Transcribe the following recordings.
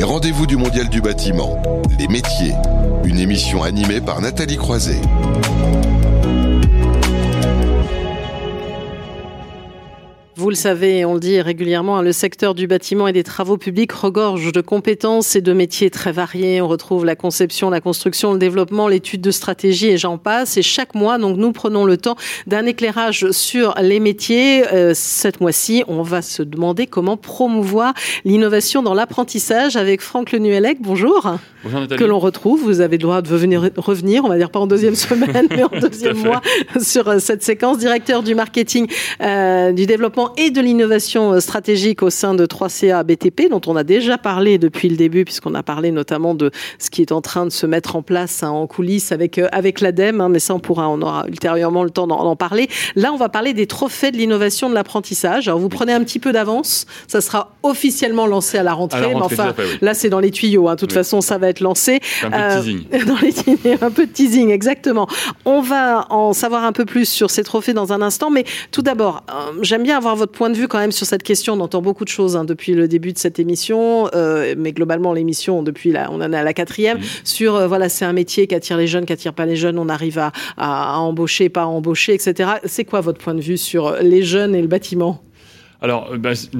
Les rendez-vous du Mondial du bâtiment, les métiers, une émission animée par Nathalie Croiset. Vous le savez, on le dit régulièrement, le secteur du bâtiment et des travaux publics regorge de compétences et de métiers très variés. On retrouve la conception, la construction, le développement, l'étude de stratégie et j'en passe. Et chaque mois, donc, nous prenons le temps d'un éclairage sur les métiers. Cette mois-ci, on va se demander comment promouvoir l'innovation dans l'apprentissage avec Franck Lenuellec. Bonjour. Bonjour Nathalie. Que l'on retrouve. Vous avez le droit de revenir, on va dire pas en deuxième semaine, mais en deuxième mois sur cette séquence. Directeur du marketing, du développement et de l'innovation stratégique au sein de 3CA BTP, dont on a déjà parlé depuis le début, puisqu'on a parlé notamment de ce qui est en train de se mettre en place en coulisses avec l'ADEME, mais ça on aura ultérieurement le temps d'en parler. Là, on va parler des trophées de l'innovation de l'apprentissage. Alors, vous prenez un petit peu d'avance, ça sera officiellement lancé à la rentrée, mais enfin, oui. Là, c'est dans les tuyaux. De toute façon, ça va être lancé. Un peu de teasing. Un peu de teasing, exactement. On va en savoir un peu plus sur ces trophées dans un instant, mais tout d'abord, j'aime bien avoir votre point de vue quand même sur cette question. On entend beaucoup de choses depuis le début de cette émission, mais globalement l'émission depuis on en est à la 4e sur c'est un métier qui attire les jeunes, qui attire pas les jeunes. On arrive à embaucher, pas à embaucher, etc. C'est quoi votre point de vue sur les jeunes et le bâtiment ? Alors,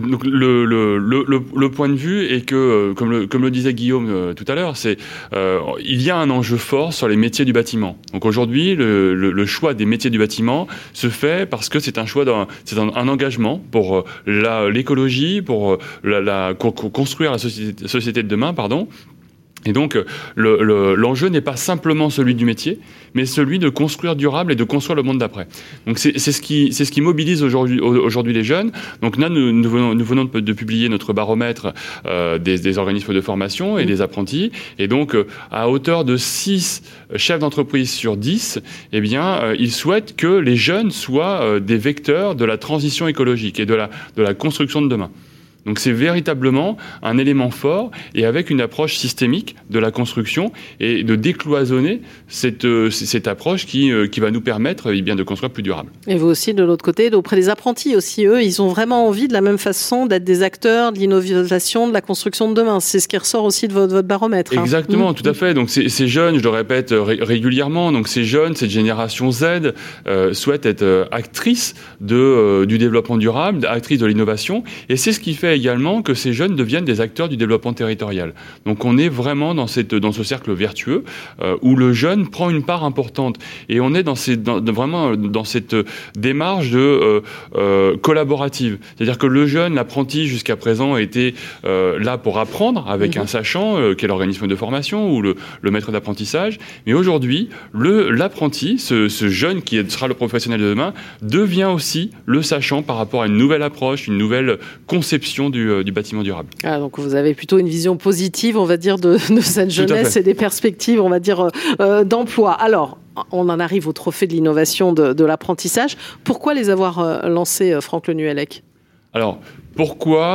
le point de vue est que, comme le disait Guillaume tout à l'heure, il y a un enjeu fort sur les métiers du bâtiment. Donc aujourd'hui, le choix des métiers du bâtiment se fait parce que c'est un choix, c'est un engagement pour l'écologie, pour construire la société de demain, pardon. Et donc, l'enjeu n'est pas simplement celui du métier, mais celui de construire durable et de construire le monde d'après. Donc, c'est ce qui mobilise aujourd'hui les jeunes. Donc là, nous venons de publier notre baromètre des organismes de formation et des apprentis. Et donc, à hauteur de 6 chefs d'entreprise sur 10, ils souhaitent que les jeunes soient des vecteurs de la transition écologique et de la construction de demain. Donc c'est véritablement un élément fort et avec une approche systémique de la construction et de décloisonner cette approche qui va nous permettre de construire plus durable. Et vous aussi, de l'autre côté, auprès des apprentis aussi, eux, ils ont vraiment envie de la même façon d'être des acteurs de l'innovation, de la construction de demain. C'est ce qui ressort aussi de votre baromètre. Exactement, tout à fait. Donc ces jeunes, je le répète régulièrement, donc ces jeunes, cette génération Z, souhaitent être actrices du développement durable, actrices de l'innovation, et c'est ce qui fait également que ces jeunes deviennent des acteurs du développement territorial. Donc on est vraiment dans ce cercle vertueux où le jeune prend une part importante et on est vraiment dans cette démarche collaborative. C'est-à-dire que le jeune, l'apprenti jusqu'à présent était là pour apprendre avec un sachant qui est l'organisme de formation ou le maître d'apprentissage. Mais aujourd'hui, l'apprenti, ce jeune qui sera le professionnel de demain, devient aussi le sachant par rapport à une nouvelle approche, une nouvelle conception du bâtiment durable. Donc vous avez plutôt une vision positive, on va dire, de cette jeunesse et des perspectives, on va dire, d'emploi. Alors, on en arrive au trophée de l'innovation de l'apprentissage. Pourquoi les avoir lancés, Franck Lenuellec ? Alors, pourquoi ?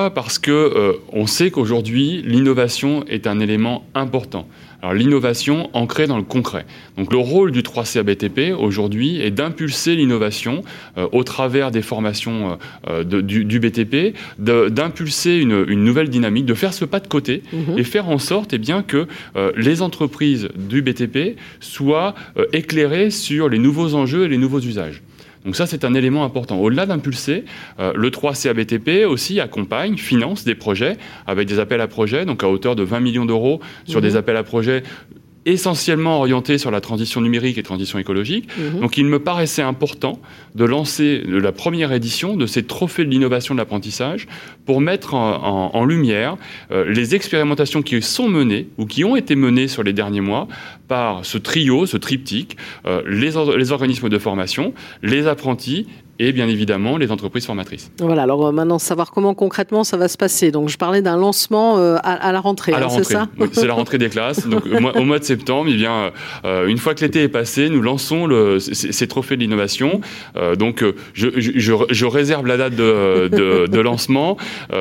Parce que on sait qu'aujourd'hui, l'innovation est un élément important. Alors, l'innovation ancrée dans le concret. Donc, le rôle du 3CA BTP aujourd'hui est d'impulser l'innovation au travers des formations du BTP, d'impulser une nouvelle dynamique, de faire ce pas de côté et faire en sorte que les entreprises du BTP soient éclairées sur les nouveaux enjeux et les nouveaux usages. Donc ça, c'est un élément important. Au-delà d'impulser, le 3CA BTP aussi accompagne, finance des projets avec des appels à projets, donc à hauteur de 20 millions d'euros sur des appels à projets essentiellement orientés sur la transition numérique et transition écologique. Donc il me paraissait important de lancer la première édition de ces trophées de l'innovation de l'apprentissage pour mettre en lumière les expérimentations qui sont menées ou qui ont été menées sur les derniers mois par ce trio, ce triptyque, les organismes de formation, les apprentis et bien évidemment les entreprises formatrices. Voilà, alors maintenant savoir comment concrètement ça va se passer. Donc je parlais d'un lancement à la rentrée, c'est ça ? C'est la rentrée des classes. Donc au mois de septembre, une fois que l'été est passé, nous lançons ces trophées de l'innovation. Donc je réserve la date de lancement.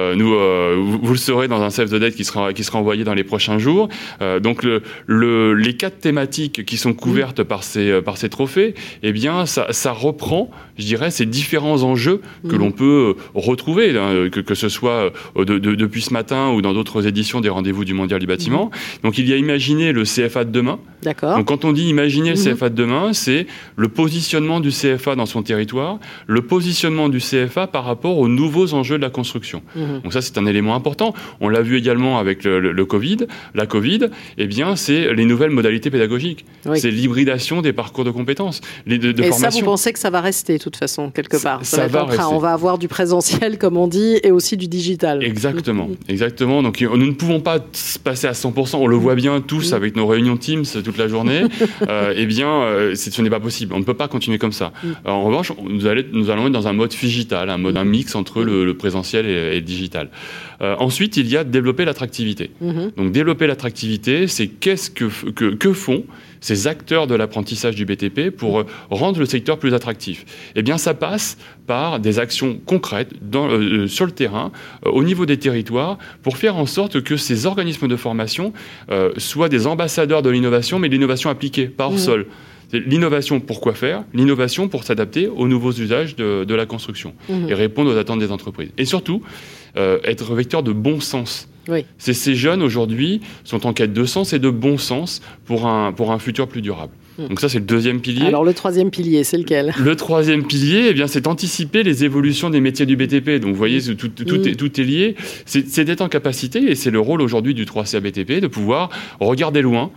Vous le saurez dans un save the date qui sera envoyé dans les prochains jours. Donc les 4 thématiques qui sont couvertes par ces trophées, ça reprend, je dirais, ces ces différents enjeux que l'on peut retrouver, que ce soit depuis ce matin ou dans d'autres éditions des rendez-vous du Mondial du bâtiment. Donc il y a imaginer le CFA de demain. D'accord. Donc quand on dit imaginer le CFA de demain, c'est le positionnement du CFA dans son territoire, le positionnement du CFA par rapport aux nouveaux enjeux de la construction. Donc ça, c'est un élément important. On l'a vu également avec la Covid, eh bien, c'est les nouvelles modalités pédagogiques. Oui. C'est l'hybridation des parcours de compétences, de et formation. Ça, vous pensez que ça va rester, de toute façon, quelque part? Ça va rester. On va avoir du présentiel, comme on dit, et aussi du digital. Exactement. Donc, nous ne pouvons pas passer à 100%. On le voit bien tous avec nos réunions Teams toute la journée. Eh bien, ce n'est pas possible. On ne peut pas continuer comme ça. En revanche, nous allons être dans un mode figital, un mix entre le présentiel et le digital. Ensuite, il y a développer l'attractivité. Donc, développer l'attractivité, c'est que font ces acteurs de l'apprentissage du BTP pour rendre le secteur plus attractif. Eh bien, ça passe par des actions concrètes sur le terrain, au niveau des territoires, pour faire en sorte que ces organismes de formation soient des ambassadeurs de l'innovation, mais l'innovation appliquée, pas hors sol. L'innovation pour quoi faire? L'innovation pour s'adapter aux nouveaux usages de la construction et répondre aux attentes des entreprises. Et surtout, être vecteur de bon sens. Oui. Ces jeunes, aujourd'hui, sont en quête de sens et de bon sens pour un futur plus durable. Donc ça, c'est le deuxième pilier. Alors, le troisième pilier, c'est lequel? Le troisième pilier, eh bien, c'est anticiper les évolutions des métiers du BTP. Donc, vous voyez, tout est lié. C'est d'être en capacité, et c'est le rôle aujourd'hui du 3CA BTP, de pouvoir regarder loin,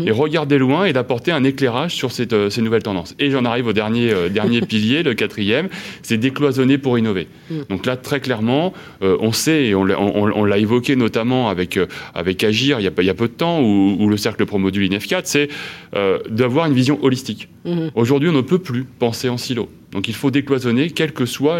et d'apporter un éclairage sur ces nouvelles tendances. Et j'en arrive au dernier pilier, le quatrième, c'est décloisonner pour innover. Donc là, très clairement, on sait, et on l'a évoqué notamment avec Agir il y a peu de temps, ou le cercle Promodule INEF4, c'est d'avoir une vision holistique. Aujourd'hui, on ne peut plus penser en silo. Donc, il faut décloisonner, quelles que soient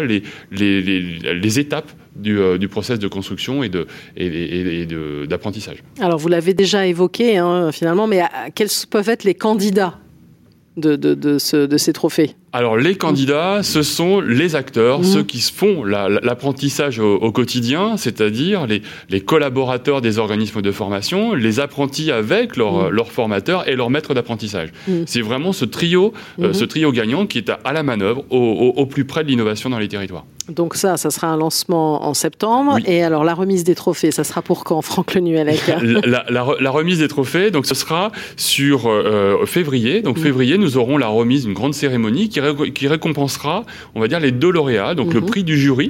les étapes du process de construction et d'apprentissage. Alors, vous l'avez déjà évoqué, finalement, mais quels peuvent être les candidats de ces trophées? Alors, les candidats, ce sont les acteurs, ceux qui font l'apprentissage au quotidien, c'est-à-dire les collaborateurs des organismes de formation, les apprentis avec leurs formateurs et leurs maîtres d'apprentissage. C'est vraiment ce trio gagnant qui est à la manœuvre, au plus près de l'innovation dans les territoires. Donc ça sera un lancement en septembre. Oui. Et alors, la remise des trophées, ça sera pour quand, Franck Le Nuellec? la remise des trophées, donc ce sera sur février. Donc février, nous aurons la remise, une grande cérémonie qui récompensera, on va dire, les 2 lauréats, donc le prix du jury,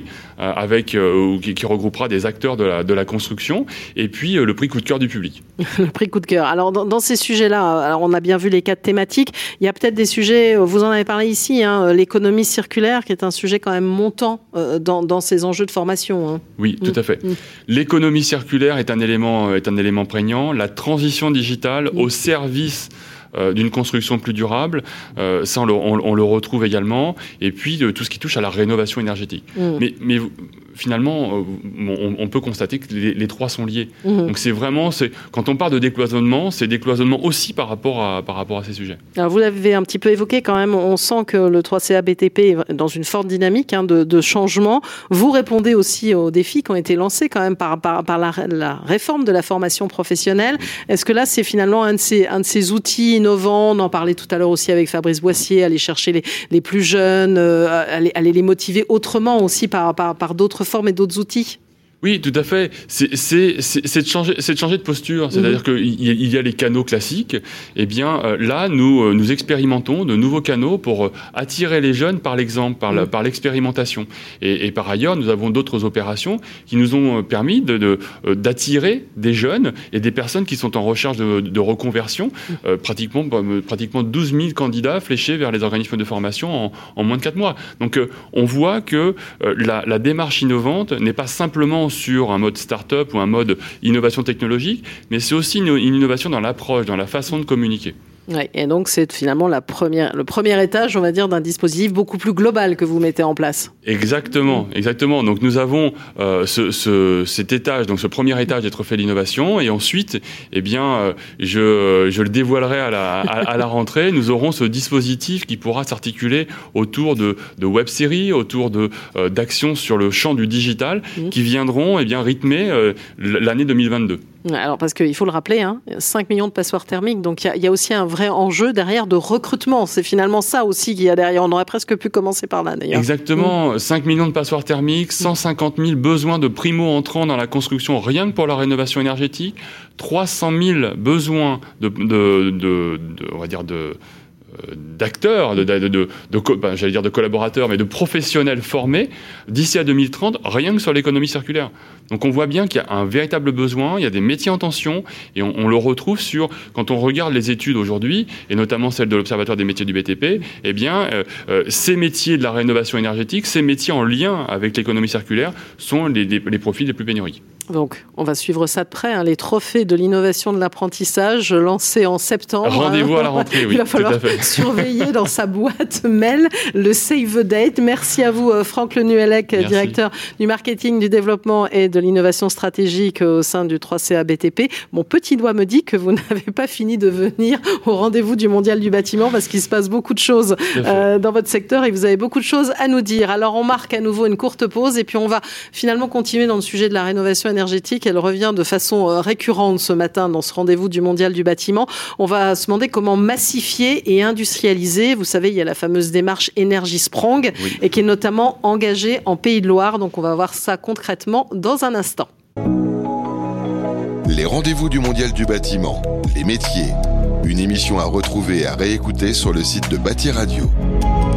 qui regroupera des acteurs de la construction, et puis le prix coup de cœur du public. Le prix coup de cœur. Alors, dans ces sujets-là, alors on a bien vu les 4 thématiques, il y a peut-être des sujets, vous en avez parlé ici, l'économie circulaire, qui est un sujet quand même montant dans ces enjeux de formation. Oui, tout à fait. L'économie circulaire est un élément prégnant. La transition digitale au service d'une construction plus durable, ça on le retrouve également, et puis tout ce qui touche à la rénovation énergétique. Mais finalement, on peut constater que les 3 sont liés. Donc quand on parle de décloisonnement, c'est décloisonnement aussi par rapport à ces sujets. Alors vous l'avez un petit peu évoqué quand même, on sent que le 3CA BTP est dans une forte dynamique de changement. Vous répondez aussi aux défis qui ont été lancés quand même par la réforme de la formation professionnelle. Est-ce que là, c'est finalement un de ces outils innovants? On en parlait tout à l'heure aussi avec Fabrice Boissier, aller chercher les plus jeunes, aller les motiver autrement aussi par d'autres formes et d'autres outils? Oui, tout à fait. C'est de changer de posture. C'est-à-dire qu'il y a les canaux classiques. Eh bien, là, nous expérimentons de nouveaux canaux pour attirer les jeunes par l'exemple, par l'expérimentation. Et par ailleurs, nous avons d'autres opérations qui nous ont permis d'attirer des jeunes et des personnes qui sont en recherche de reconversion. Pratiquement 12 000 candidats fléchés vers les organismes de formation en moins de 4 mois. Donc, on voit que la démarche innovante n'est pas simplement sur un mode start-up ou un mode innovation technologique, mais c'est aussi une innovation dans l'approche, dans la façon de communiquer. Oui, et donc c'est finalement le premier étage, on va dire, d'un dispositif beaucoup plus global que vous mettez en place. Exactement. Donc nous avons cet étage, donc ce premier étage des trophées de l'innovation, et ensuite, eh bien, je le dévoilerai à la rentrée. Nous aurons ce dispositif qui pourra s'articuler autour de web-séries, autour d'actions sur le champ du digital, qui viendront, eh bien, rythmer l'année 2022. Alors, parce qu'il faut le rappeler, 5 millions de passoires thermiques, donc il y a aussi un vrai enjeu derrière de recrutement. C'est finalement ça aussi qu'il y a derrière. On aurait presque pu commencer par là, d'ailleurs. Exactement. 5 millions de passoires thermiques, 150 000 besoins de primo-entrants dans la construction, rien que pour la rénovation énergétique, 300 000 besoins on va dire d'acteurs, de collaborateurs, mais de professionnels formés d'ici à 2030, rien que sur l'économie circulaire. Donc on voit bien qu'il y a un véritable besoin, il y a des métiers en tension, et on le retrouve quand on regarde les études aujourd'hui, et notamment celles de l'Observatoire des métiers du BTP, ces métiers de la rénovation énergétique, ces métiers en lien avec l'économie circulaire sont les profils les plus pénuriques. Donc, on va suivre ça de près. Les trophées de l'innovation de l'apprentissage lancés en septembre. Rendez-vous à la rentrée, oui. Il va falloir surveiller dans sa boîte mail le save the date. Merci à vous, Franck Le Nuellec, directeur du marketing, du développement et de l'innovation stratégique au sein du 3CA BTP. Mon petit doigt me dit que vous n'avez pas fini de venir au rendez-vous du Mondial du bâtiment parce qu'il se passe beaucoup de choses dans votre secteur et vous avez beaucoup de choses à nous dire. Alors, on marque à nouveau une courte pause et puis on va finalement continuer dans le sujet de la rénovation énergétique. Elle revient de façon récurrente ce matin dans ce rendez-vous du Mondial du bâtiment. On va se demander comment massifier et industrialiser. Vous savez, il y a la fameuse démarche Énergie Sprong et qui est notamment engagée en Pays de Loire. Donc, on va voir ça concrètement dans un instant. Les rendez-vous du Mondial du bâtiment, les métiers. Une émission à retrouver et à réécouter sur le site de Bâti Radio.